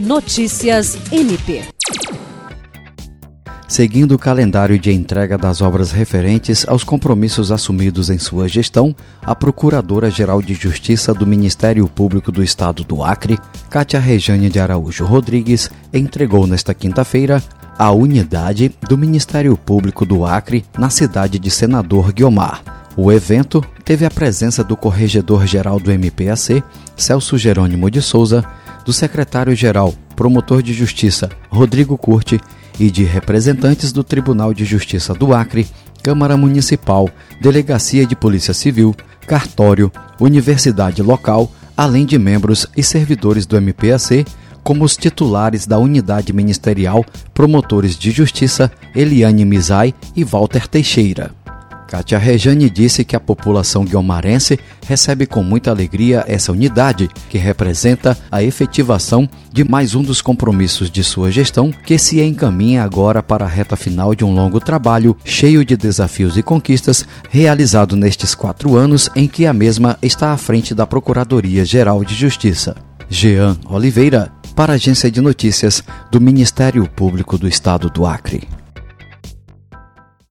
Notícias MP. Seguindo o calendário de entrega das obras referentes aos compromissos assumidos em sua gestão, a Procuradora-Geral de Justiça do Ministério Público do Estado do Acre, Kátia Rejane de Araújo Rodrigues, entregou nesta quinta-feira a unidade do Ministério Público do Acre na cidade de Senador Guiomar. O evento teve a presença do Corregedor-Geral do MPAC, Celso Jerônimo de Souza, do Secretário-Geral, Promotor de Justiça, Rodrigo Curti, e de representantes do Tribunal de Justiça do Acre, Câmara Municipal, Delegacia de Polícia Civil, Cartório, Universidade Local, além de membros e servidores do MPAC, como os titulares da unidade ministerial, promotores de justiça Eliane Mizai e Walter Teixeira. Kátia Rejane disse que a população guiomarense recebe com muita alegria essa unidade, que representa a efetivação de mais um dos compromissos de sua gestão, que se encaminha agora para a reta final de um longo trabalho, cheio de desafios e conquistas, realizado nestes 4 anos em que a mesma está à frente da Procuradoria-Geral de Justiça. Jean Oliveira, para a Agência de Notícias do Ministério Público do Estado do Acre.